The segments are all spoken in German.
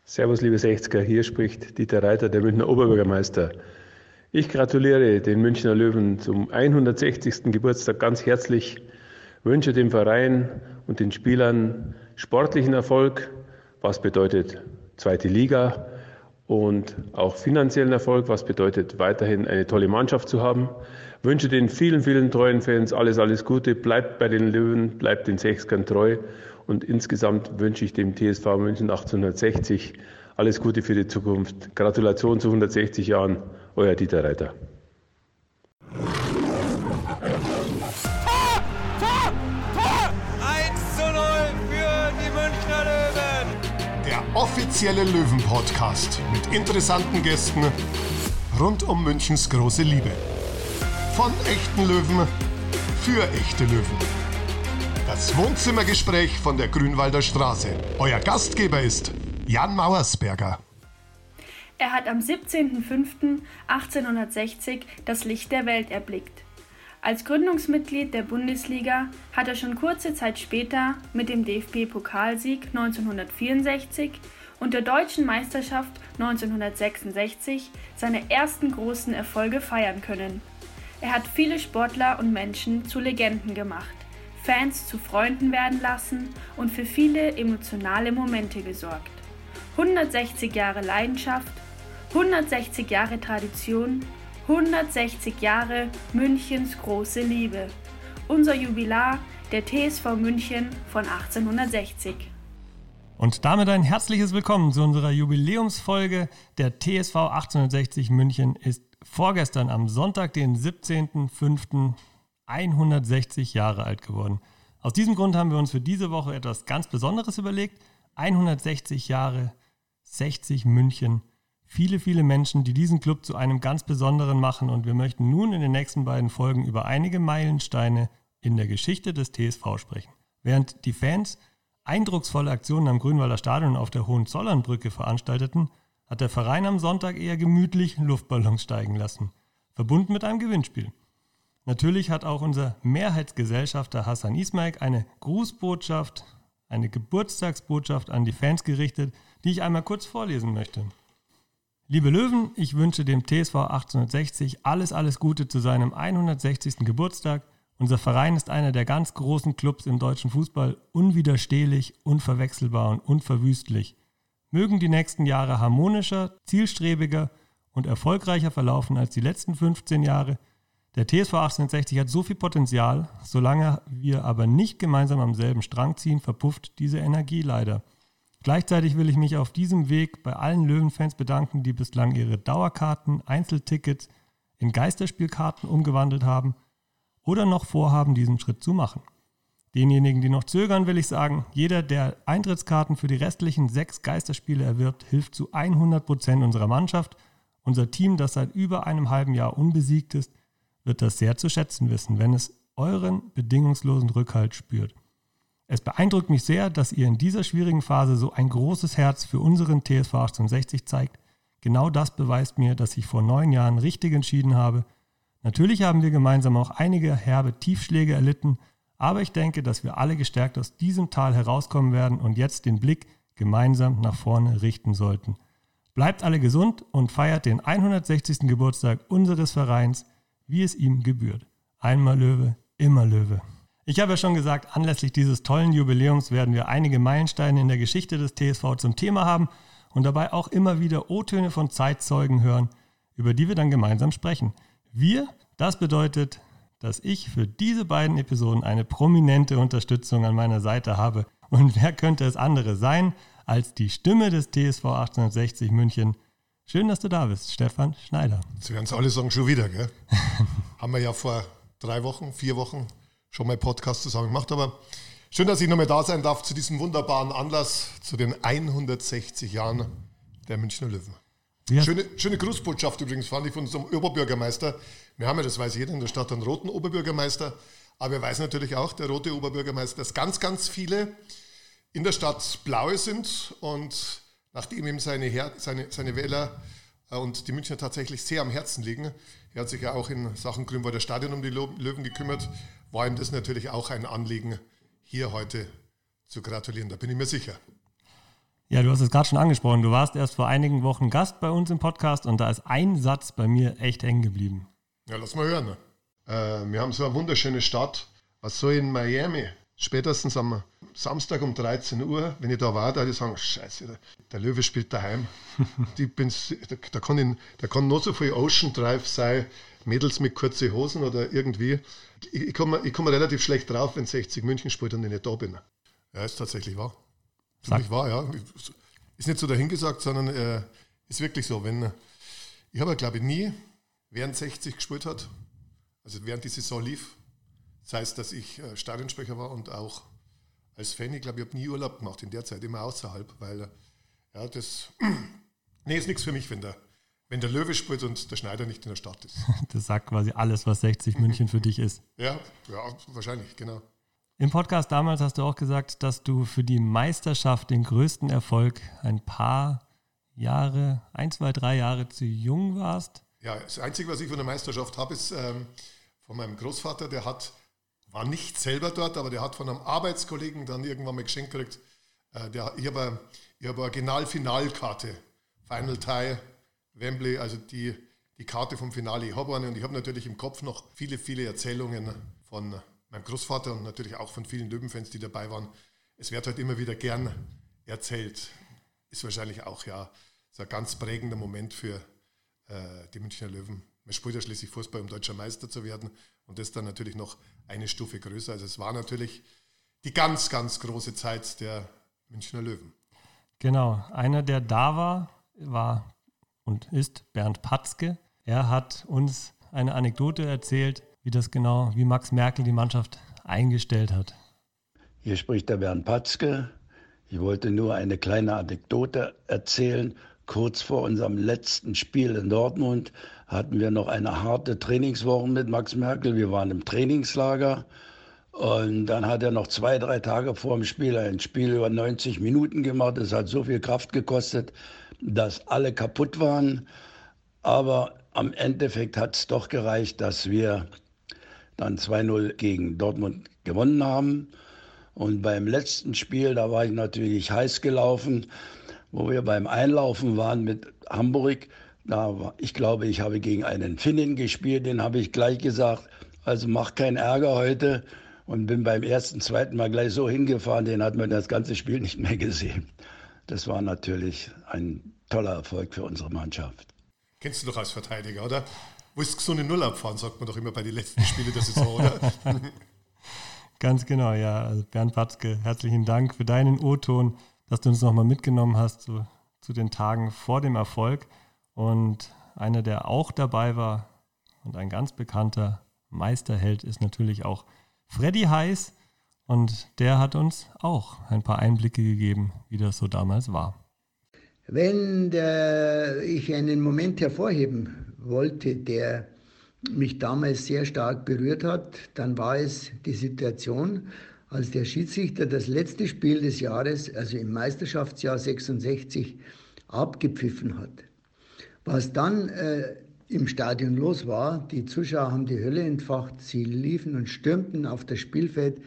Servus, liebe 60er, hier spricht Dieter Reiter, der Münchner Oberbürgermeister. Ich gratuliere den Münchner Löwen zum 160. Geburtstag ganz herzlich, wünsche dem Verein und den Spielern sportlichen Erfolg, was bedeutet zweite Liga, und auch finanziellen Erfolg, was bedeutet weiterhin eine tolle Mannschaft zu haben. Wünsche den vielen, vielen treuen Fans alles Gute, bleibt bei den Löwen, bleibt den 60ern treu. Und insgesamt wünsche ich dem TSV München 1860 alles Gute für die Zukunft. Gratulation zu 160 Jahren, euer Dieter Reiter. Tor! 1:0 für die Münchner Löwen. Der offizielle Löwen-Podcast mit interessanten Gästen rund um Münchens große Liebe. Von echten Löwen für echte Löwen. Das Wohnzimmergespräch von der Grünwalder Straße. Euer Gastgeber ist Jan Mauersberger. Er hat am 17.05.1860 das Licht der Welt erblickt. Als Gründungsmitglied der Bundesliga hat er schon kurze Zeit später mit dem DFB-Pokalsieg 1964 und der Deutschen Meisterschaft 1966 seine ersten großen Erfolge feiern können. Er hat viele Sportler und Menschen zu Legenden gemacht, Fans zu Freunden werden lassen und für viele emotionale Momente gesorgt. 160 Jahre Leidenschaft, 160 Jahre Tradition, 160 Jahre Münchens große Liebe. Unser Jubilar, der TSV München von 1860. Und damit ein herzliches Willkommen zu unserer Jubiläumsfolge. Der TSV 1860 München ist vorgestern am Sonntag, den 17.05. 160 Jahre alt geworden. Aus diesem Grund haben wir uns für diese Woche etwas ganz Besonderes überlegt. 160 Jahre, 60 München. Viele, viele Menschen, die diesen Club zu einem ganz Besonderen machen, und wir möchten nun in den nächsten beiden Folgen über einige Meilensteine in der Geschichte des TSV sprechen. Während die Fans eindrucksvolle Aktionen am Grünwalder Stadion und auf der Hohenzollernbrücke veranstalteten, hat der Verein am Sonntag eher gemütlich Luftballons steigen lassen, verbunden mit einem Gewinnspiel. Natürlich hat auch unser Mehrheitsgesellschafter Hassan Ismaik eine Grußbotschaft, eine Geburtstagsbotschaft an die Fans gerichtet, die ich einmal kurz vorlesen möchte. Liebe Löwen, ich wünsche dem TSV 1860 alles Gute zu seinem 160. Geburtstag. Unser Verein ist einer der ganz großen Clubs im deutschen Fußball, unwiderstehlich, unverwechselbar und unverwüstlich. Mögen die nächsten Jahre harmonischer, zielstrebiger und erfolgreicher verlaufen als die letzten 15 Jahre. Der TSV 1860 hat so viel Potenzial, solange wir aber nicht gemeinsam am selben Strang ziehen, verpufft diese Energie leider. Gleichzeitig will ich mich auf diesem Weg bei allen Löwenfans bedanken, die bislang ihre Dauerkarten, Einzeltickets in Geisterspielkarten umgewandelt haben oder noch vorhaben, diesen Schritt zu machen. Denjenigen, die noch zögern, will ich sagen, jeder, der Eintrittskarten für die restlichen 6 Geisterspiele erwirbt, hilft zu 100% unserer Mannschaft. Unser Team, das seit über einem halben Jahr unbesiegt ist, wird das sehr zu schätzen wissen, wenn es euren bedingungslosen Rückhalt spürt. Es beeindruckt mich sehr, dass ihr in dieser schwierigen Phase so ein großes Herz für unseren TSV 1860 zeigt. Genau das beweist mir, dass ich vor 9 Jahren richtig entschieden habe. Natürlich haben wir gemeinsam auch einige herbe Tiefschläge erlitten, aber ich denke, dass wir alle gestärkt aus diesem Tal herauskommen werden und jetzt den Blick gemeinsam nach vorne richten sollten. Bleibt alle gesund und feiert den 160. Geburtstag unseres Vereins, wie es ihm gebührt. Einmal Löwe, immer Löwe. Ich habe ja schon gesagt, anlässlich dieses tollen Jubiläums werden wir einige Meilensteine in der Geschichte des TSV zum Thema haben und dabei auch immer wieder O-Töne von Zeitzeugen hören, über die wir dann gemeinsam sprechen. Wir, das bedeutet, dass ich für diese beiden Episoden eine prominente Unterstützung an meiner Seite habe. Und wer könnte es andere sein als die Stimme des TSV 1860 München? Schön, dass du da bist, Stefan Schneider. Sie werden es alle sagen, schon wieder, gell? Haben wir ja vor 3 Wochen, 4 Wochen schon mal Podcast zusammen gemacht, aber schön, dass ich nochmal da sein darf zu diesem wunderbaren Anlass, zu den 160 Jahren der Münchner Löwen. Ja. Schöne Grußbotschaft übrigens, fand ich, von unserem Oberbürgermeister. Wir haben ja, das weiß jeder in der Stadt, einen roten Oberbürgermeister, aber wir weiß natürlich auch, der rote Oberbürgermeister, dass ganz viele in der Stadt blaue sind, und nachdem ihm seine Wähler und die Münchner tatsächlich sehr am Herzen liegen, er hat sich ja auch in Sachen Grünwalder Stadion um die Löwen gekümmert, war ihm das natürlich auch ein Anliegen, hier heute zu gratulieren, da bin ich mir sicher. Ja, du hast es gerade schon angesprochen. Du warst erst vor einigen Wochen Gast bei uns im Podcast und da ist ein Satz bei mir echt hängen geblieben. Ja, lass mal hören. Wir haben so eine wunderschöne Stadt. Was soll in Miami? Spätestens am Samstag um 13 Uhr, wenn ich da war, da würde ich sagen, scheiße, der Löwe spielt daheim. Da kann noch so viel Ocean Drive sein, Mädels mit kurzen Hosen oder irgendwie. Ich komme relativ schlecht drauf, wenn 60 München spielt und ich nicht da bin. Ja, ist tatsächlich wahr. Ziemlich wahr, ja. Ist nicht so dahingesagt, sondern ist wirklich so. Ich habe, glaube ich, nie, während 60 gespielt hat, also während die Saison lief, das heißt, dass ich Stadionsprecher war und auch als Fan, ich glaube, ich habe nie Urlaub gemacht in der Zeit, immer außerhalb, weil ist nichts für mich, wenn der Löwe spielt und der Schneider nicht in der Stadt ist. Das sagt quasi alles, was 60 München für dich ist. Ja, wahrscheinlich, genau. Im Podcast damals hast du auch gesagt, dass du für die Meisterschaft den größten Erfolg ein paar Jahre, 1, 2, 3 Jahre zu jung warst. Ja, das Einzige, was ich von der Meisterschaft habe, ist von meinem Großvater, war nicht selber dort, aber der hat von einem Arbeitskollegen dann irgendwann mal geschenkt gekriegt. Ich habe eine Original-Finalkarte, Final Tie, Wembley, also die Karte vom Finale. Ich habe eine und ich habe natürlich im Kopf noch viele, viele Erzählungen von meinem Großvater und natürlich auch von vielen Löwenfans, die dabei waren. Es wird halt immer wieder gern erzählt. Ist wahrscheinlich auch so ein ganz prägender Moment für die Münchner Löwen. Man spielt ja schließlich Fußball, um deutscher Meister zu werden und das dann natürlich noch eine Stufe größer. Also es war natürlich die ganz, ganz große Zeit der Münchner Löwen. Genau, einer, der da war und ist Bernd Patzke. Er hat uns eine Anekdote erzählt, wie Max Merkel die Mannschaft eingestellt hat. Hier spricht der Bernd Patzke. Ich wollte nur eine kleine Anekdote erzählen. Kurz vor unserem letzten Spiel in Dortmund hatten wir noch eine harte Trainingswoche mit Max Merkel. Wir waren im Trainingslager und dann hat er noch 2, 3 Tage vor dem Spiel ein Spiel über 90 Minuten gemacht. Es hat so viel Kraft gekostet, dass alle kaputt waren. Aber am Endeffekt hat es doch gereicht, dass wir dann 2-0 gegen Dortmund gewonnen haben. Und beim letzten Spiel, da war ich natürlich heiß gelaufen, wo wir beim Einlaufen waren mit Hamburg. Ich glaube, ich habe gegen einen Finnen gespielt, den habe ich gleich gesagt, also mach keinen Ärger heute. Und bin beim ersten, zweiten Mal gleich so hingefahren, den hat man das ganze Spiel nicht mehr gesehen. Das war natürlich ein toller Erfolg für unsere Mannschaft. Kennst du doch als Verteidiger, oder? Willst du so eine Null abfahren, sagt man doch immer bei den letzten Spielen der Saison, oder? Ganz genau, ja. Also Bernd Patzke, herzlichen Dank für deinen O-Ton, dass du uns nochmal mitgenommen hast zu den Tagen vor dem Erfolg. Und einer, der auch dabei war und ein ganz bekannter Meisterheld ist natürlich auch Freddy Heiß. Und der hat uns auch ein paar Einblicke gegeben, wie das so damals war. Wenn ich einen Moment hervorheben wollte, der mich damals sehr stark berührt hat, dann war es die Situation, als der Schiedsrichter das letzte Spiel des Jahres, also im Meisterschaftsjahr 66, abgepfiffen hat. Was dann im Stadion los war, die Zuschauer haben die Hölle entfacht, sie liefen und stürmten auf das Spielfeld.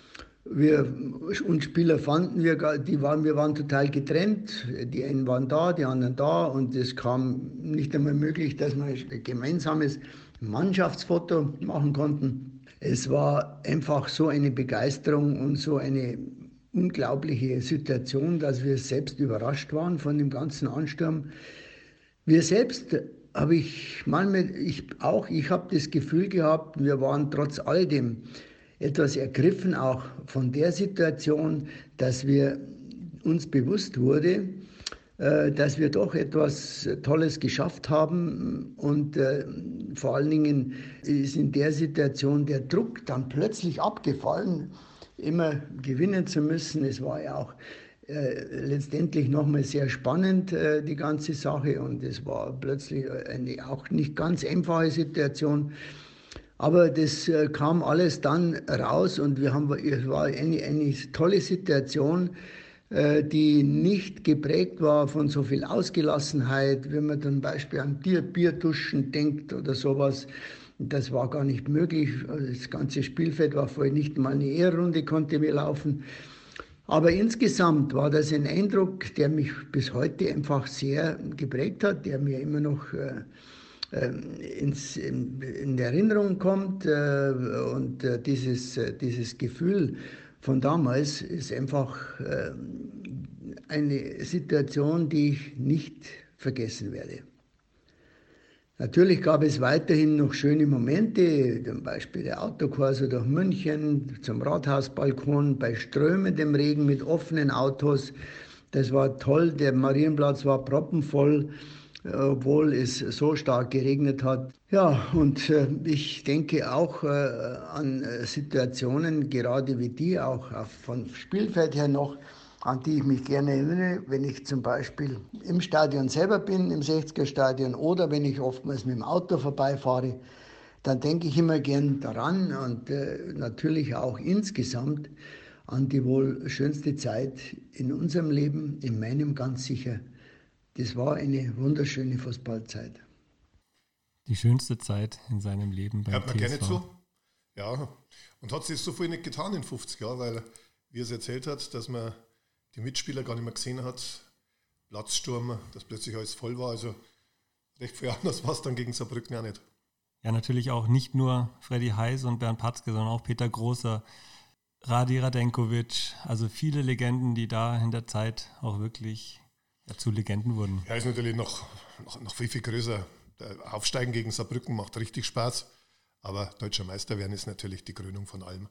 Und Spieler fanden wir waren total getrennt. Die einen waren da, die anderen da und es kam nicht einmal möglich, dass wir ein gemeinsames Mannschaftsfoto machen konnten. Es war einfach so eine Begeisterung und so eine unglaubliche Situation, dass wir selbst überrascht waren von dem ganzen Ansturm. Wir selbst ich habe das Gefühl gehabt, wir waren trotz all dem etwas ergriffen auch von der Situation, dass wir uns bewusst wurde, dass wir doch etwas Tolles geschafft haben und vor allen Dingen ist in der Situation der Druck dann plötzlich abgefallen, immer gewinnen zu müssen. Es war ja auch letztendlich nochmal sehr spannend, die ganze Sache, und es war plötzlich eine auch nicht ganz einfache Situation. Aber das kam alles dann raus und es war eine tolle Situation, die nicht geprägt war von so viel Ausgelassenheit, wenn man zum Beispiel an Bierduschen denkt oder sowas. Das war gar nicht möglich. Das ganze Spielfeld war vorher nicht mal eine Ehrrunde, konnte mir laufen. Aber insgesamt war das ein Eindruck, der mich bis heute einfach sehr geprägt hat, der mir immer noch in Erinnerung kommt. Und dieses Gefühl von damals ist einfach eine Situation, die ich nicht vergessen werde. Natürlich gab es weiterhin noch schöne Momente, zum Beispiel der Autokorso durch München, zum Rathausbalkon, bei strömendem Regen mit offenen Autos. Das war toll, der Marienplatz war proppenvoll, obwohl es so stark geregnet hat. Ja, und ich denke auch an Situationen, gerade wie die, auch von Spielfeld her noch, an die ich mich gerne erinnere, wenn ich zum Beispiel im Stadion selber bin, im 60er-Stadion, oder wenn ich oftmals mit dem Auto vorbeifahre, dann denke ich immer gern daran und natürlich auch insgesamt an die wohl schönste Zeit in unserem Leben, in meinem ganz sicher. Das war eine wunderschöne Fußballzeit. Die schönste Zeit in seinem Leben beim Hört man TSV. gerne zu. Ja, und hat sich so viel nicht getan in 50 Jahren, weil, wie er es erzählt hat, dass man die Mitspieler gar nicht mehr gesehen hat, Platzsturm, dass plötzlich alles voll war, also recht viel anders war es dann gegen Saarbrücken auch nicht. Ja, natürlich auch nicht nur Freddy Heiß und Bernd Patzke, sondern auch Peter Großer, Radi Radenkovic, also viele Legenden, die da in der Zeit auch wirklich zu Legenden wurden. Ja, ist natürlich noch viel, viel größer. Der Aufsteigen gegen Saarbrücken macht richtig Spaß, aber deutscher Meister werden ist natürlich die Krönung von allem.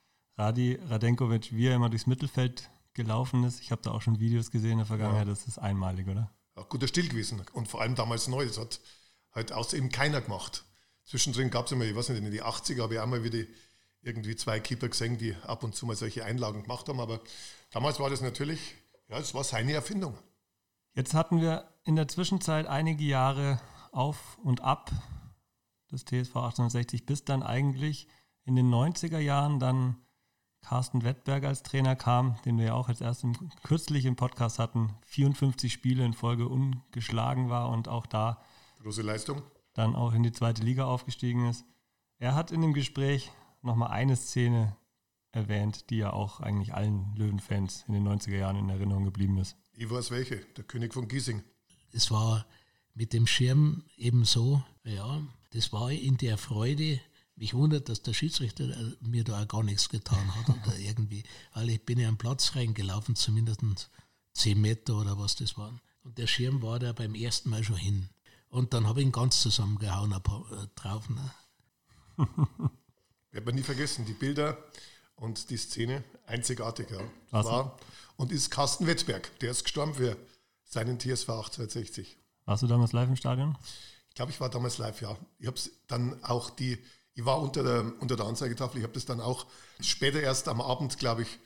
Radi Radenkovic, wie er immer durchs Mittelfeld gelaufen ist, ich habe da auch schon Videos gesehen in der Vergangenheit, das ist einmalig, oder? Ja, guter Stil gewesen und vor allem damals neu, das hat halt außer eben keiner gemacht. Zwischendrin gab es immer, ich weiß nicht, in die 80er habe ich auch mal wieder irgendwie 2 Keeper gesehen, die ab und zu mal solche Einlagen gemacht haben, aber damals war das natürlich, ja, es war seine Erfindung. Jetzt hatten wir in der Zwischenzeit einige Jahre auf und ab des TSV 1860, bis dann eigentlich in den 90er Jahren dann Carsten Wettberg als Trainer kam, den wir ja auch als erstes kürzlich im Podcast hatten, 54 Spiele in Folge ungeschlagen war und auch da große Leistung. Dann auch in die zweite Liga aufgestiegen ist. Er hat in dem Gespräch nochmal eine Szene erwähnt, die ja auch eigentlich allen Löwenfans in den 90er Jahren in Erinnerung geblieben ist. Ich weiß welche, der König von Giesing. Es war mit dem Schirm eben so, ja, das war in der Freude. Mich wundert, dass der Schiedsrichter mir da auch gar nichts getan hat oder irgendwie, weil ich bin ja am Platz reingelaufen, zumindest 10 Meter oder was das waren. Und der Schirm war da beim ersten Mal schon hin. Und dann habe ich ihn ganz zusammengehauen drauf. Ne? Wird man nie vergessen, die Bilder und die Szene, einzigartig. Ja. War und ist Carsten Wettberg, der ist gestorben für seinen TSV 1860. Warst du damals live im Stadion? Ich glaube, ich war damals live, ja. Ich habe es dann auch ich war unter der Anzeigetafel, ich habe das dann auch später erst am Abend, glaube ich,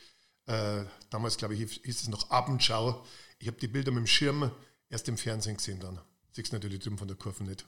damals, glaube ich, hieß es noch Abendschau. Ich habe die Bilder mit dem Schirm erst im Fernsehen gesehen dann. Siehst du natürlich drüben von der Kurve nicht.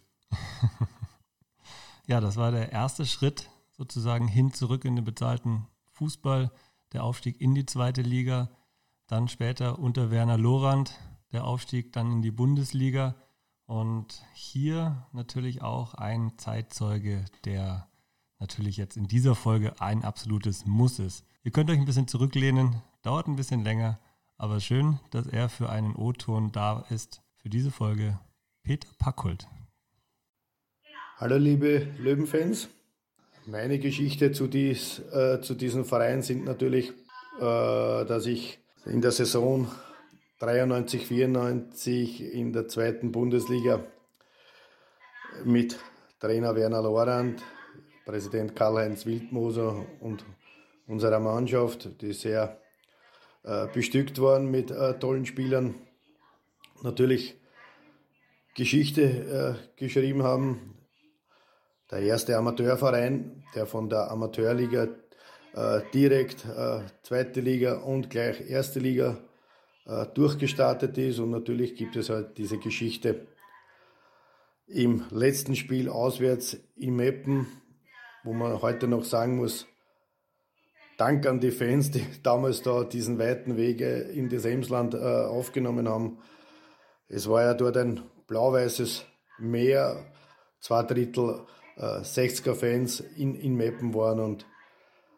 Ja, das war der erste Schritt sozusagen hin zurück in den bezahlten Fußball, der Aufstieg in die zweite Liga, dann später unter Werner Lorand, der Aufstieg dann in die Bundesliga und hier natürlich auch ein Zeitzeuge, der natürlich jetzt in dieser Folge ein absolutes Muss ist. Ihr könnt euch ein bisschen zurücklehnen, dauert ein bisschen länger, aber schön, dass er für einen O-Ton da ist. Für diese Folge Peter Packhult. Hallo liebe Löwenfans. Meine Geschichte zu diesem Verein sind natürlich, dass ich in der Saison 93, 94 in der zweiten Bundesliga mit Trainer Werner Lorand, Präsident Karl-Heinz Wildmoser und unserer Mannschaft, die sehr bestückt waren mit tollen Spielern, natürlich Geschichte geschrieben haben. Der erste Amateurverein, der von der Amateurliga direkt zweite Liga und gleich erste Liga durchgestartet ist. Und natürlich gibt es halt diese Geschichte im letzten Spiel auswärts in Meppen, wo man heute noch sagen muss, Dank an die Fans, die damals da diesen weiten Weg in das Emsland aufgenommen haben. Es war ja dort ein blau-weißes Meer, 2/3 60er-Fans in Meppen waren und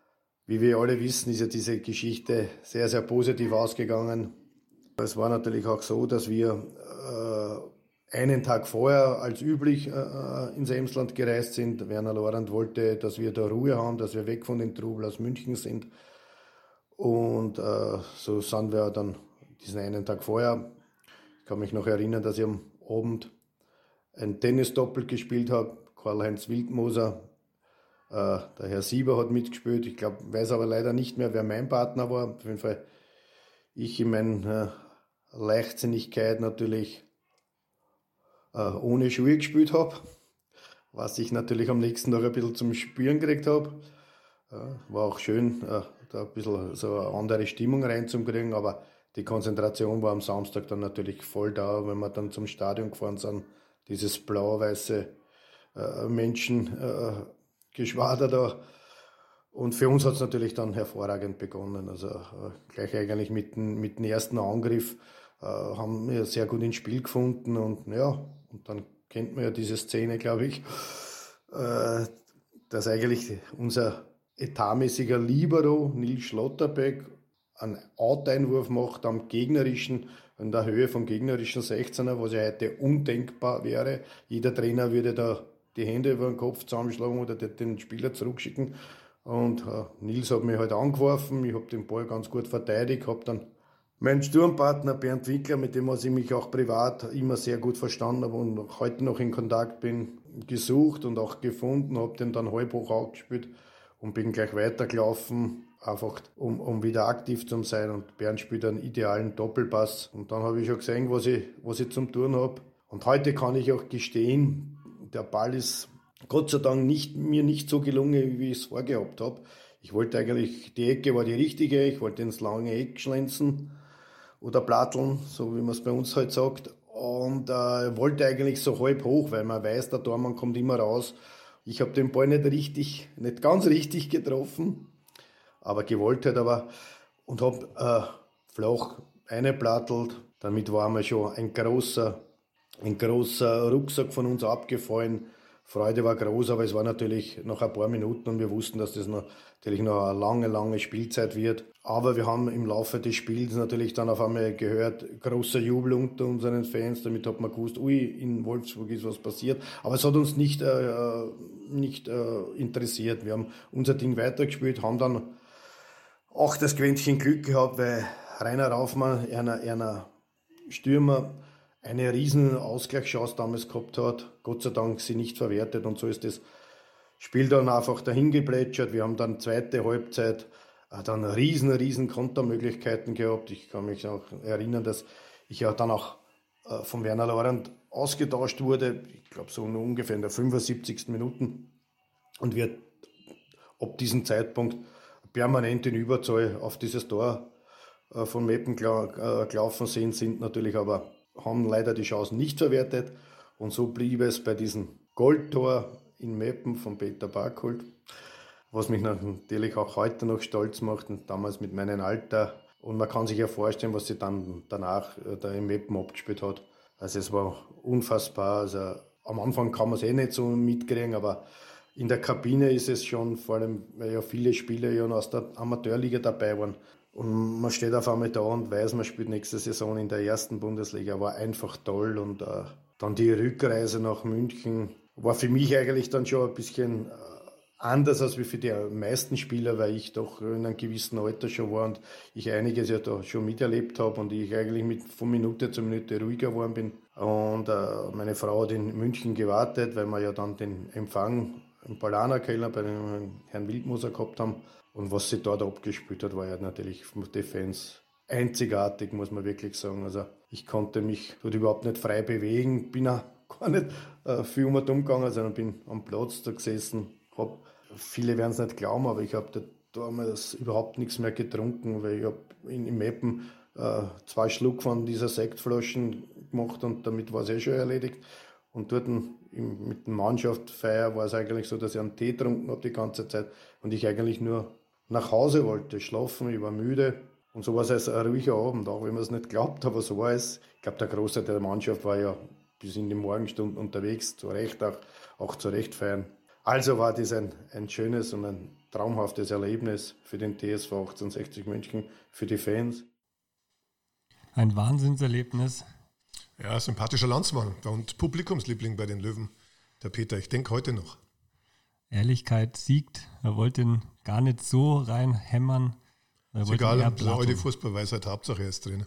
Wie wir alle wissen, ist ja diese Geschichte sehr, sehr positiv ausgegangen. Es war natürlich auch so, dass wir einen Tag vorher als üblich ins Emsland gereist sind. Werner Lorand wollte, dass wir da Ruhe haben, dass wir weg von den Trubel aus München sind. Und so sind wir dann diesen einen Tag vorher. Ich kann mich noch erinnern, dass ich am Abend ein Tennis-Doppel gespielt habe. Karl-Heinz Wildmoser, der Herr Sieber hat mitgespielt. Ich glaube, weiß aber leider nicht mehr, wer mein Partner war. Auf jeden Fall ich in meiner Leichtsinnigkeit natürlich ohne Schuhe gespielt habe, was ich natürlich am nächsten Tag ein bisschen zum Spüren gekriegt habe. War auch schön, da ein bisschen so eine andere Stimmung reinzukriegen, aber die Konzentration war am Samstag dann natürlich voll da, wenn wir dann zum Stadion gefahren sind. Dieses blau-weiße Menschengeschwader da. Und für uns hat es natürlich dann hervorragend begonnen. Also gleich eigentlich mit dem ersten Angriff haben wir sehr gut ins Spiel gefunden. Und ja, und dann kennt man ja diese Szene, glaube ich, dass eigentlich unser etatmäßiger Libero Nils Schlotterbeck einen Out-Einwurf macht in der Höhe vom gegnerischen 16er, was ja heute undenkbar wäre. Jeder Trainer würde da die Hände über den Kopf zusammenschlagen oder den Spieler zurückschicken. Und Nils hat mich halt angeworfen, ich habe den Ball ganz gut verteidigt, habe dann meinen Sturmpartner Bernd Winkler, mit dem ich mich auch privat immer sehr gut verstanden habe und heute noch in Kontakt bin, gesucht und auch gefunden, habe den dann halb hoch aufgespielt und bin gleich weitergelaufen, einfach um wieder aktiv zu sein. Und Bernd spielt einen idealen Doppelpass. Und dann habe ich schon gesehen, was ich zum Tun habe. Und heute kann ich auch gestehen, der Ball ist Gott sei Dank mir nicht so gelungen, wie ich es vorgehabt habe. Ich wollte eigentlich, die Ecke war die richtige, ich wollte ins lange Eck schlenzen oder platteln, so wie man es bei uns halt sagt. Und wollte eigentlich so halb hoch, weil man weiß, der Tormann kommt immer raus. Ich habe den Ball nicht ganz richtig getroffen, aber gewollt halt und habe flach eingeplattelt. Damit war mir schon ein großer Rucksack von uns abgefallen. Freude war groß, aber es war natürlich noch ein paar Minuten und wir wussten, dass das natürlich noch eine lange Spielzeit wird. Aber wir haben im Laufe des Spiels natürlich dann auf einmal gehört, großer Jubel unter unseren Fans. Damit hat man gewusst, in Wolfsburg ist was passiert. Aber es hat uns nicht interessiert. Wir haben unser Ding weitergespielt, haben dann auch das Quäntchen Glück gehabt, weil Rainer Raufmann, einer Stürmer, eine riesen Ausgleichschance damals gehabt hat, Gott sei Dank sie nicht verwertet und so ist das Spiel dann einfach dahin geplätschert. Wir haben dann zweite Halbzeit dann riesen Kontermöglichkeiten gehabt. Ich kann mich auch erinnern, dass ich ja dann auch von Werner Lorand ausgetauscht wurde, ich glaube so ungefähr in der 75. Minuten und wir ab diesem Zeitpunkt permanent in Überzahl auf dieses Tor von Meppen gelaufen sind natürlich aber haben leider die Chancen nicht verwertet und so blieb es bei diesem Goldtor in Meppen von Peter Barkholt, was mich natürlich auch heute noch stolz macht und damals mit meinem Alter. Und man kann sich ja vorstellen, was sie dann danach da in Meppen abgespielt hat. Also es war unfassbar. Also am Anfang kann man es nicht so mitkriegen, aber in der Kabine ist es schon, vor allem weil ja viele Spieler ja aus der Amateurliga dabei waren. Und man steht auf einmal da und weiß, man spielt nächste Saison in der ersten Bundesliga. War einfach toll. Und dann die Rückreise nach München war für mich eigentlich dann schon ein bisschen anders als wie für die meisten Spieler, weil ich doch in einem gewissen Alter schon war und ich einiges ja da schon miterlebt habe und ich eigentlich von Minute zu Minute ruhiger geworden bin. Und meine Frau hat in München gewartet, weil wir ja dann den Empfang im Paulaner-Keller bei dem Herrn Wildmoser gehabt haben. Und was sie dort abgespielt hat, war ja natürlich für die Fans einzigartig, muss man wirklich sagen. Also ich konnte mich dort überhaupt nicht frei bewegen, bin auch gar nicht viel umgegangen, sondern bin am Platz da gesessen. Viele werden es nicht glauben, aber ich habe damals überhaupt nichts mehr getrunken, weil ich habe in Meppen 2 Schluck von dieser Sektflaschen gemacht und damit war es schon erledigt. Und dort mit der Mannschaftsfeier war es eigentlich so, dass ich einen Tee getrunken habe die ganze Zeit und ich eigentlich nur nach Hause wollte, schlafen, ich war müde. Und so war es ein ruhiger Abend, auch wenn man es nicht glaubt, aber so war es. Ich glaube, der Großteil der Mannschaft war ja bis in die Morgenstunden unterwegs, zu Recht auch zu Recht feiern. Also war das ein schönes und ein traumhaftes Erlebnis für den TSV 1860 München, für die Fans. Ein Wahnsinnserlebnis. Ja, sympathischer Landsmann und Publikumsliebling bei den Löwen, der Peter. Ich denke heute noch. Ehrlichkeit siegt. Er wollte ihn gar nicht so reinhämmern. Ist egal, der alte Fußballweisheit, Hauptsache er ist drin.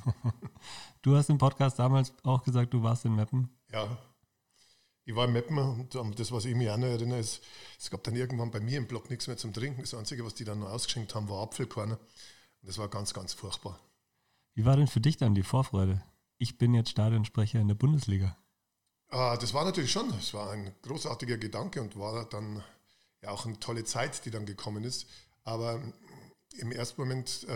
Du hast im Podcast damals auch gesagt, du warst in Meppen. Ja, ich war in Meppen und das, was ich mich auch noch erinnere, ist, es gab dann irgendwann bei mir im Block nichts mehr zum Trinken. Das Einzige, was die dann noch ausgeschenkt haben, war Apfelkorn. Und das war ganz, ganz furchtbar. Wie war denn für dich dann die Vorfreude? Ich bin jetzt Stadionsprecher in der Bundesliga. Das war natürlich schon, es war ein großartiger Gedanke und war dann ja auch eine tolle Zeit, die dann gekommen ist. Aber im ersten Moment,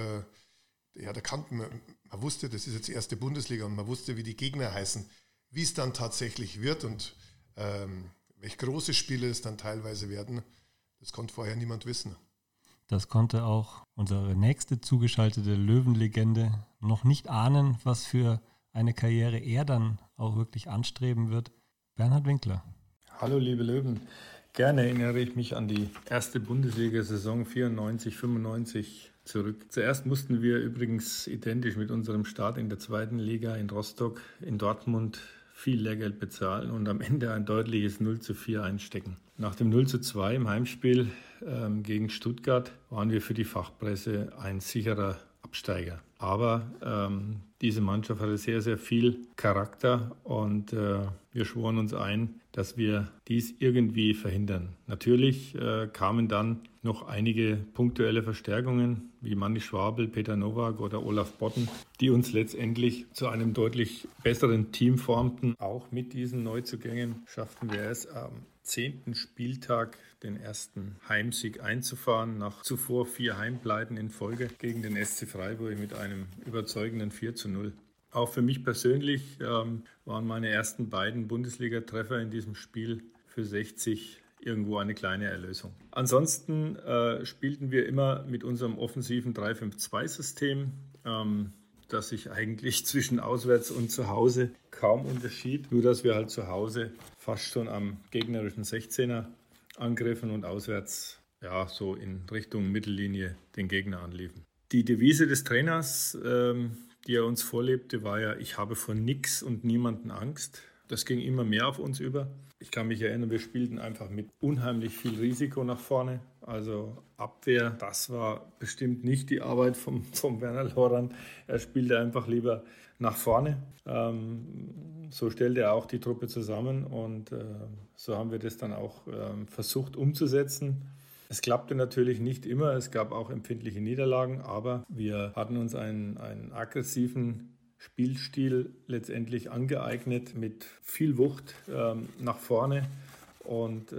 da kannten man wusste, das ist jetzt die erste Bundesliga und man wusste, wie die Gegner heißen, wie es dann tatsächlich wird und welche große Spiele es dann teilweise werden, das konnte vorher niemand wissen. Das konnte auch unsere nächste zugeschaltete Löwenlegende noch nicht ahnen, was für eine Karriere er dann auch wirklich anstreben wird. Bernhard Winkler. Hallo liebe Löwen, gerne erinnere ich mich an die erste Bundesliga-Saison 94/95 zurück. Zuerst mussten wir übrigens identisch mit unserem Start in der zweiten Liga in Rostock, in Dortmund viel Lehrgeld bezahlen und am Ende ein deutliches 0:4 einstecken. Nach dem 0:2 im Heimspiel gegen Stuttgart waren wir für die Fachpresse ein sicherer Absteiger. Aber diese Mannschaft hatte sehr, sehr viel Charakter und wir schworen uns ein, dass wir dies irgendwie verhindern. Natürlich kamen dann noch einige punktuelle Verstärkungen wie Manni Schwabel, Peter Nowak oder Olaf Botten, die uns letztendlich zu einem deutlich besseren Team formten. Auch mit diesen Neuzugängen schafften wir es am 10. Spieltag den ersten Heimsieg einzufahren, nach zuvor 4 Heimpleiten in Folge gegen den SC Freiburg mit einem überzeugenden 4:0. Auch für mich persönlich waren meine ersten beiden Bundesliga-Treffer in diesem Spiel für 60 irgendwo eine kleine Erlösung. Ansonsten spielten wir immer mit unserem offensiven 3-5-2-System, das sich eigentlich zwischen Auswärts und zu Hause kaum unterschied. Nur, dass wir halt zu Hause fast schon am gegnerischen 16er angriffen und auswärts ja so in Richtung Mittellinie den Gegner anliefen. Die Devise des Trainers, die er uns vorlebte, war ja: Ich habe vor nichts und niemanden Angst. Das ging immer mehr auf uns über. Ich kann mich erinnern, wir spielten einfach mit unheimlich viel Risiko nach vorne. Also Abwehr, das war bestimmt nicht die Arbeit vom Werner Lorand. Er spielte einfach lieber nach vorne. So stellte er auch die Truppe zusammen und so haben wir das dann auch versucht umzusetzen. Es klappte natürlich nicht immer, es gab auch empfindliche Niederlagen, aber wir hatten uns einen aggressiven Spielstil letztendlich angeeignet mit viel Wucht nach vorne und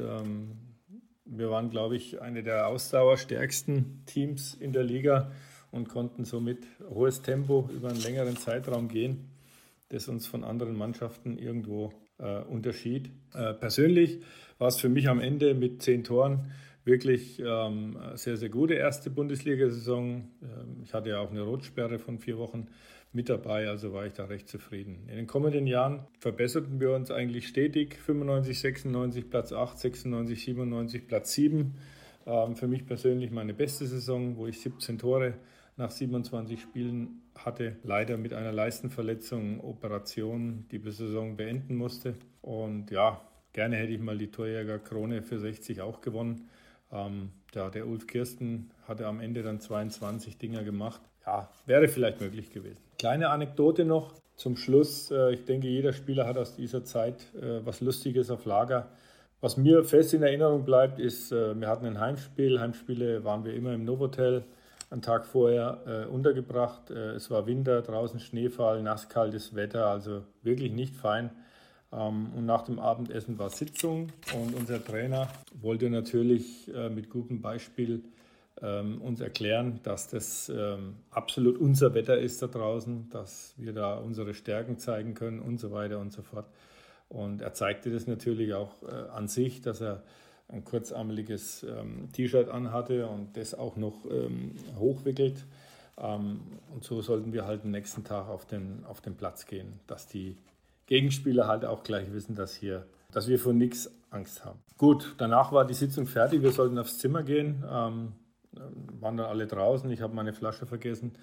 wir waren, glaube ich, eine der ausdauerstärksten Teams in der Liga und konnten somit hohes Tempo über einen längeren Zeitraum gehen, das uns von anderen Mannschaften irgendwo unterschied. Persönlich war es für mich am Ende mit 10 Toren wirklich sehr, sehr gute erste Bundesliga-Saison. Ich hatte ja auch eine Rotsperre von 4 Wochen mit dabei, also war ich da recht zufrieden. In den kommenden Jahren verbesserten wir uns eigentlich stetig. 95, 96 Platz 8, 96, 97 Platz 7. Für mich persönlich meine beste Saison, wo ich 17 Tore nach 27 Spielen hatte. Leider mit einer Leistenverletzung, Operation, die Saison beenden musste. Und ja, gerne hätte ich mal die Torjägerkrone für 60 auch gewonnen. Der Ulf Kirsten hatte am Ende dann 22 Dinger gemacht. Ja, wäre vielleicht möglich gewesen. Kleine Anekdote noch zum Schluss. Ich denke, jeder Spieler hat aus dieser Zeit was Lustiges auf Lager. Was mir fest in Erinnerung bleibt, ist, wir hatten ein Heimspiel. Heimspiele waren wir immer im Novotel. Einen Tag vorher untergebracht. Es war Winter, draußen Schneefall, nasskaltes Wetter, also wirklich nicht fein. Und nach dem Abendessen war Sitzung und unser Trainer wollte natürlich mit gutem Beispiel uns erklären, dass das absolut unser Wetter ist da draußen, dass wir da unsere Stärken zeigen können und so weiter und so fort. Und er zeigte das natürlich auch an sich, dass er ein kurzärmeliges T-Shirt anhatte und das auch noch hochwickelt. Und so sollten wir halt am nächsten Tag auf den Platz gehen, dass die Gegenspieler halt auch gleich wissen, dass hier dass wir vor nichts Angst haben. Gut, danach war die Sitzung fertig, wir sollten aufs Zimmer gehen, waren dann alle draußen, ich habe meine Flasche vergessen,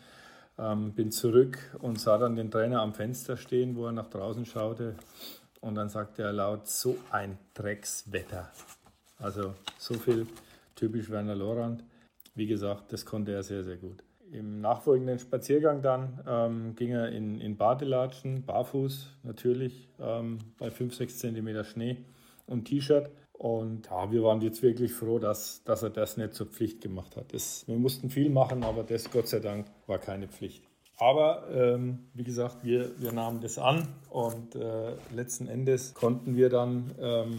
bin zurück und sah dann den Trainer am Fenster stehen, wo er nach draußen schaute und dann sagte er laut, so ein Dreckswetter. Also so viel typisch Werner Lorand. Wie gesagt, das konnte er sehr, sehr gut. Im nachfolgenden Spaziergang dann ging er in Badelatschen, barfuß natürlich, bei 5-6 Zentimeter Schnee und T-Shirt. Und ja, wir waren jetzt wirklich froh, dass er das nicht zur Pflicht gemacht hat. Wir mussten viel machen, aber das, Gott sei Dank, war keine Pflicht. Aber wie gesagt, wir nahmen das an und letzten Endes konnten wir dann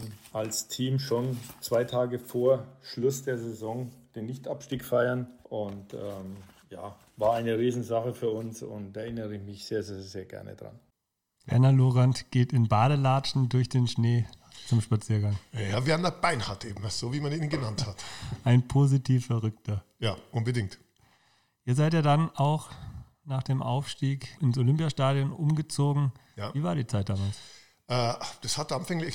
als Team schon 2 Tage vor Schluss der Saison den Nichtabstieg feiern. Und ja, war eine Riesensache für uns und da erinnere ich mich sehr, sehr, sehr gerne dran. Werner Lorand geht in Badelatschen durch den Schnee zum Spaziergang. Ja, Werner Beinhardt eben, so wie man ihn genannt hat. Ein positiv Verrückter. Ja, unbedingt. Ihr seid ja dann auch nach dem Aufstieg ins Olympiastadion umgezogen. Ja. Wie war die Zeit damals? Das hat anfänglich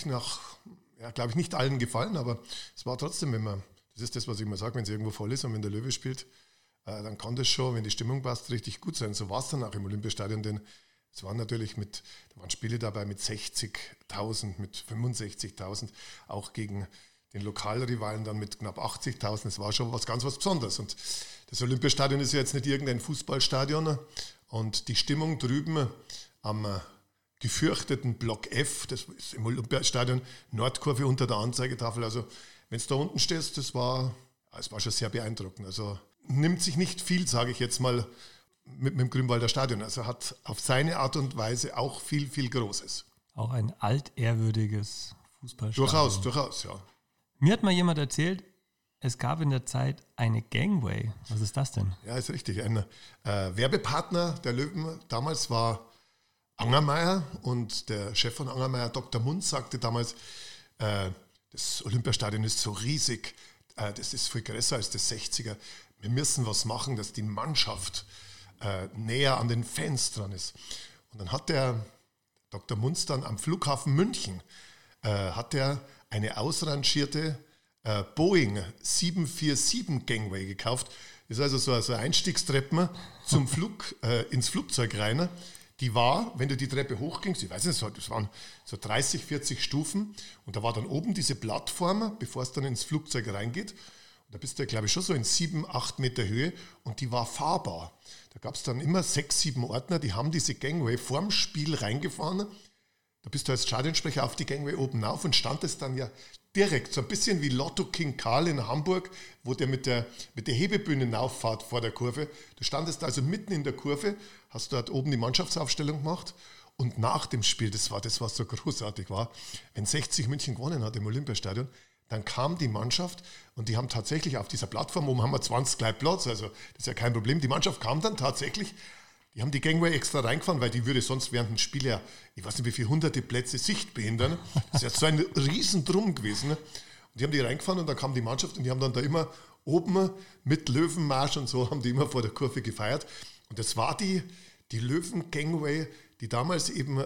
glaube ich, nicht allen gefallen, aber es war trotzdem immer, das ist das, was ich immer sage, wenn es irgendwo voll ist und wenn der Löwe spielt, dann kann das schon, wenn die Stimmung passt, richtig gut sein. So war es dann auch im Olympiastadion, denn es waren natürlich da waren Spiele dabei mit 60.000, mit 65.000, auch gegen den Lokalrivalen dann mit knapp 80.000. Es war schon was ganz was Besonderes. Und das Olympiastadion ist ja jetzt nicht irgendein Fußballstadion. Und die Stimmung drüben am gefürchteten Block F, das ist im Olympiastadion, Nordkurve unter der Anzeigetafel. Also wenn du da unten stehst, es war schon sehr beeindruckend. Also nimmt sich nicht viel, sage ich jetzt mal, mit dem Grünwalder Stadion. Also hat auf seine Art und Weise auch viel, viel Großes. Auch ein altehrwürdiges Fußballstadion. Durchaus, ja. Mir hat mal jemand erzählt, es gab in der Zeit eine Gangway. Was ist das denn? Ja, ist richtig. Ein Werbepartner der Löwen damals war Angermeier und der Chef von Angermeier, Dr. Munz, sagte damals, das Olympiastadion ist so riesig, das ist viel größer als das 60er. Wir müssen was machen, dass die Mannschaft näher an den Fans dran ist. Und dann hat der Dr. Munz dann am Flughafen München hat er eine ausrangierte Boeing 747 Gangway gekauft. Das ist also so eine Einstiegstreppe zum ins Flugzeug rein. Die war, wenn du die Treppe hochgingst, ich weiß nicht, das waren so 30, 40 Stufen und da war dann oben diese Plattform, bevor es dann ins Flugzeug reingeht. Und da bist du, glaube ich, schon so in 7, 8 Meter Höhe und die war fahrbar. Da gab es dann immer 6, 7 Ordner, die haben diese Gangway vorm Spiel reingefahren. Da bist du als Stadionsprecher auf die Gangway oben auf und standest dann ja direkt, so ein bisschen wie Lotto King Karl in Hamburg, wo der mit der Hebebühne auffahrt vor der Kurve. Du standest also mitten in der Kurve, hast dort oben die Mannschaftsaufstellung gemacht und nach dem Spiel, das was so großartig war, wenn 60 München gewonnen hat im Olympiastadion, dann kam die Mannschaft und die haben tatsächlich auf dieser Plattform, oben haben wir 20 Leute Platz, also das ist ja kein Problem, die Mannschaft kam dann tatsächlich, die haben die Gangway extra reingefahren, weil die würde sonst während dem Spiel ja, ich weiß nicht wie viele hunderte Plätze Sicht behindern. Das ist ja so ein Riesendrum gewesen. Und die haben die reingefahren und dann kam die Mannschaft und die haben dann da immer oben mit Löwenmarsch und so, haben die immer vor der Kurve gefeiert. Und das war die Löwen-Gangway, die damals eben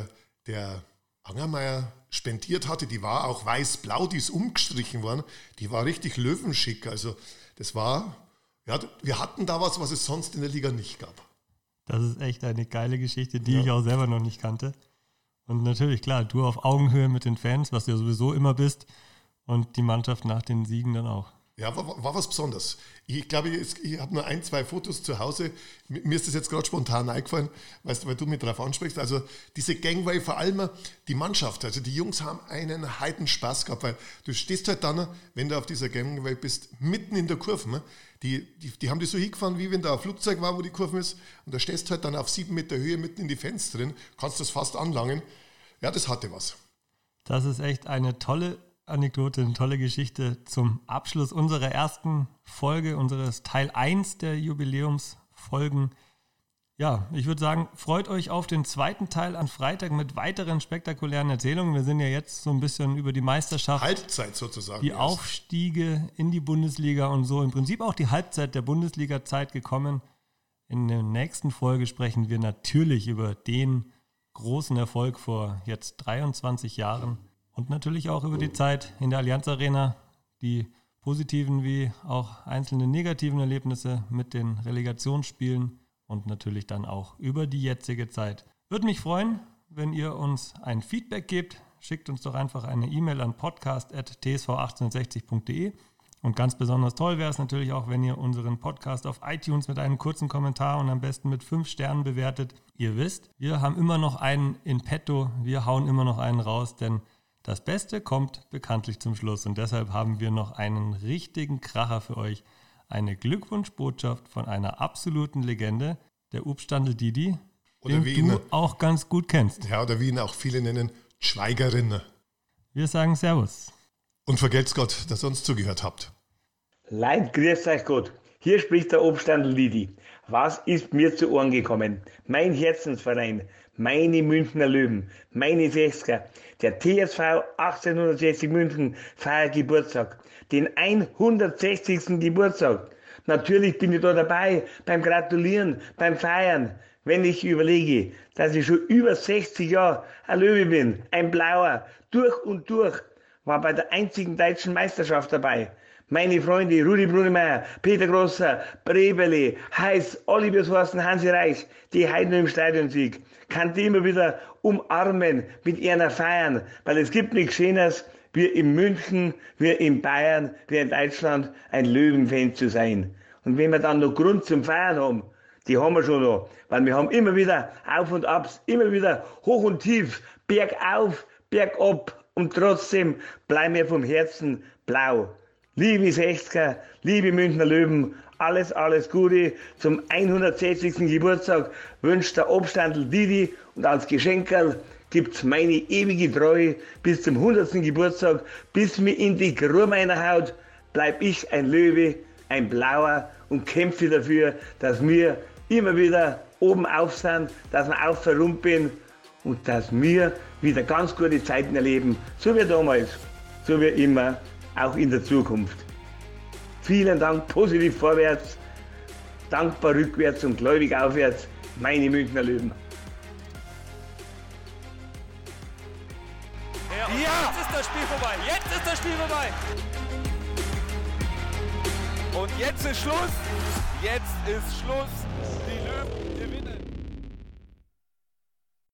der Angermeier spendiert hatte. Die war auch weiß-blau, die ist umgestrichen worden. Die war richtig löwenschick. Also das war, ja, wir hatten da was es sonst in der Liga nicht gab. Das ist echt eine geile Geschichte, die ich auch selber noch nicht kannte. Und natürlich, klar, du auf Augenhöhe mit den Fans, was du ja sowieso immer bist, und die Mannschaft nach den Siegen dann auch. Ja, war was Besonderes. Ich glaube, ich habe nur 1, 2 Fotos zu Hause. Mir ist das jetzt gerade spontan eingefallen, weißt du, weil du mich darauf ansprichst. Also diese Gangway, vor allem die Mannschaft, also die Jungs haben einen Heidenspaß gehabt, weil du stehst halt dann, wenn du auf dieser Gangway bist, mitten in der Kurve. Ne? Die haben die so hingefahren, wie wenn da ein Flugzeug war, wo die Kurve ist. Und da stehst halt dann auf 7 Meter Höhe mitten in die Fans drin, kannst das fast anlangen. Ja, das hatte was. Das ist echt eine tolle Anekdote, eine tolle Geschichte zum Abschluss unserer ersten Folge, unseres Teil 1 der Jubiläumsfolgen. Ja, ich würde sagen, freut euch auf den zweiten Teil am Freitag mit weiteren spektakulären Erzählungen. Wir sind ja jetzt so ein bisschen über die Meisterschaft, Halbzeit sozusagen, die Aufstiege in die Bundesliga und so im Prinzip auch die Halbzeit der Bundesliga-Zeit gekommen. In der nächsten Folge sprechen wir natürlich über den großen Erfolg vor jetzt 23 Jahren. und natürlich auch über die Zeit in der Allianz Arena, die positiven wie auch einzelne negativen Erlebnisse mit den Relegationsspielen und natürlich dann auch über die jetzige Zeit. Würde mich freuen, wenn ihr uns ein Feedback gebt. Schickt uns doch einfach eine E-Mail an podcast@tsv1860.de. Und ganz besonders toll wäre es natürlich auch, wenn ihr unseren Podcast auf iTunes mit einem kurzen Kommentar und am besten mit 5 Sternen bewertet. Ihr wisst, wir haben immer noch einen in petto, wir hauen immer noch einen raus, denn das Beste kommt bekanntlich zum Schluss. Und deshalb haben wir noch einen richtigen Kracher für euch. Eine Glückwunschbotschaft von einer absoluten Legende, der Ubstandl Didi, den du auch ganz gut kennst. Ja, oder wie ihn auch viele nennen, Schweigerinnen. Wir sagen Servus. Und vergelt's Gott, dass ihr uns zugehört habt. Leid, grüßt euch Gott. Hier spricht der Ubstandl Didi. Was ist mir zu Ohren gekommen? Mein Herzensverein, meine Münchner Löwen, meine 60er, der TSV 1860 München feiert Geburtstag. Den 160. Geburtstag. Natürlich bin ich da dabei, beim Gratulieren, beim Feiern. Wenn ich überlege, dass ich schon über 60 Jahre ein Löwe bin, ein Blauer, durch und durch, war bei der einzigen deutschen Meisterschaft dabei. Meine Freunde Rudi Brunnemeyer, Peter Grosser, Brebele, Heiß, Oliver Horsten, Hansi Reich, die heute noch im Stadion sind, kann die immer wieder umarmen, mit ihnen feiern, weil es gibt nichts Schöneres, wie in München, wie in Bayern, wie in Deutschland ein Löwenfan zu sein. Und wenn wir dann noch Grund zum Feiern haben, die haben wir schon noch, weil wir haben immer wieder Auf und Abs, immer wieder hoch und tief, bergauf, bergab und trotzdem bleiben wir vom Herzen blau. Liebe 60er, liebe Münchner Löwen, alles Gute zum 160. Geburtstag wünscht der Ubstandl Didi und als Geschenkerl gibt's meine ewige Treue bis zum 100. Geburtstag, bis mir in die Grube meiner Haut bleib ich ein Löwe, ein Blauer und kämpfe dafür, dass wir immer wieder oben auf sind, dass wir auch verrumpeln und dass wir wieder ganz gute Zeiten erleben, so wie damals, so wie immer, auch in der Zukunft. Vielen Dank, positiv vorwärts, dankbar rückwärts und gläubig aufwärts, meine Münchner Löwen. Ja, jetzt ist das Spiel vorbei, jetzt ist das Spiel vorbei. Und jetzt ist Schluss, die Löwen gewinnen.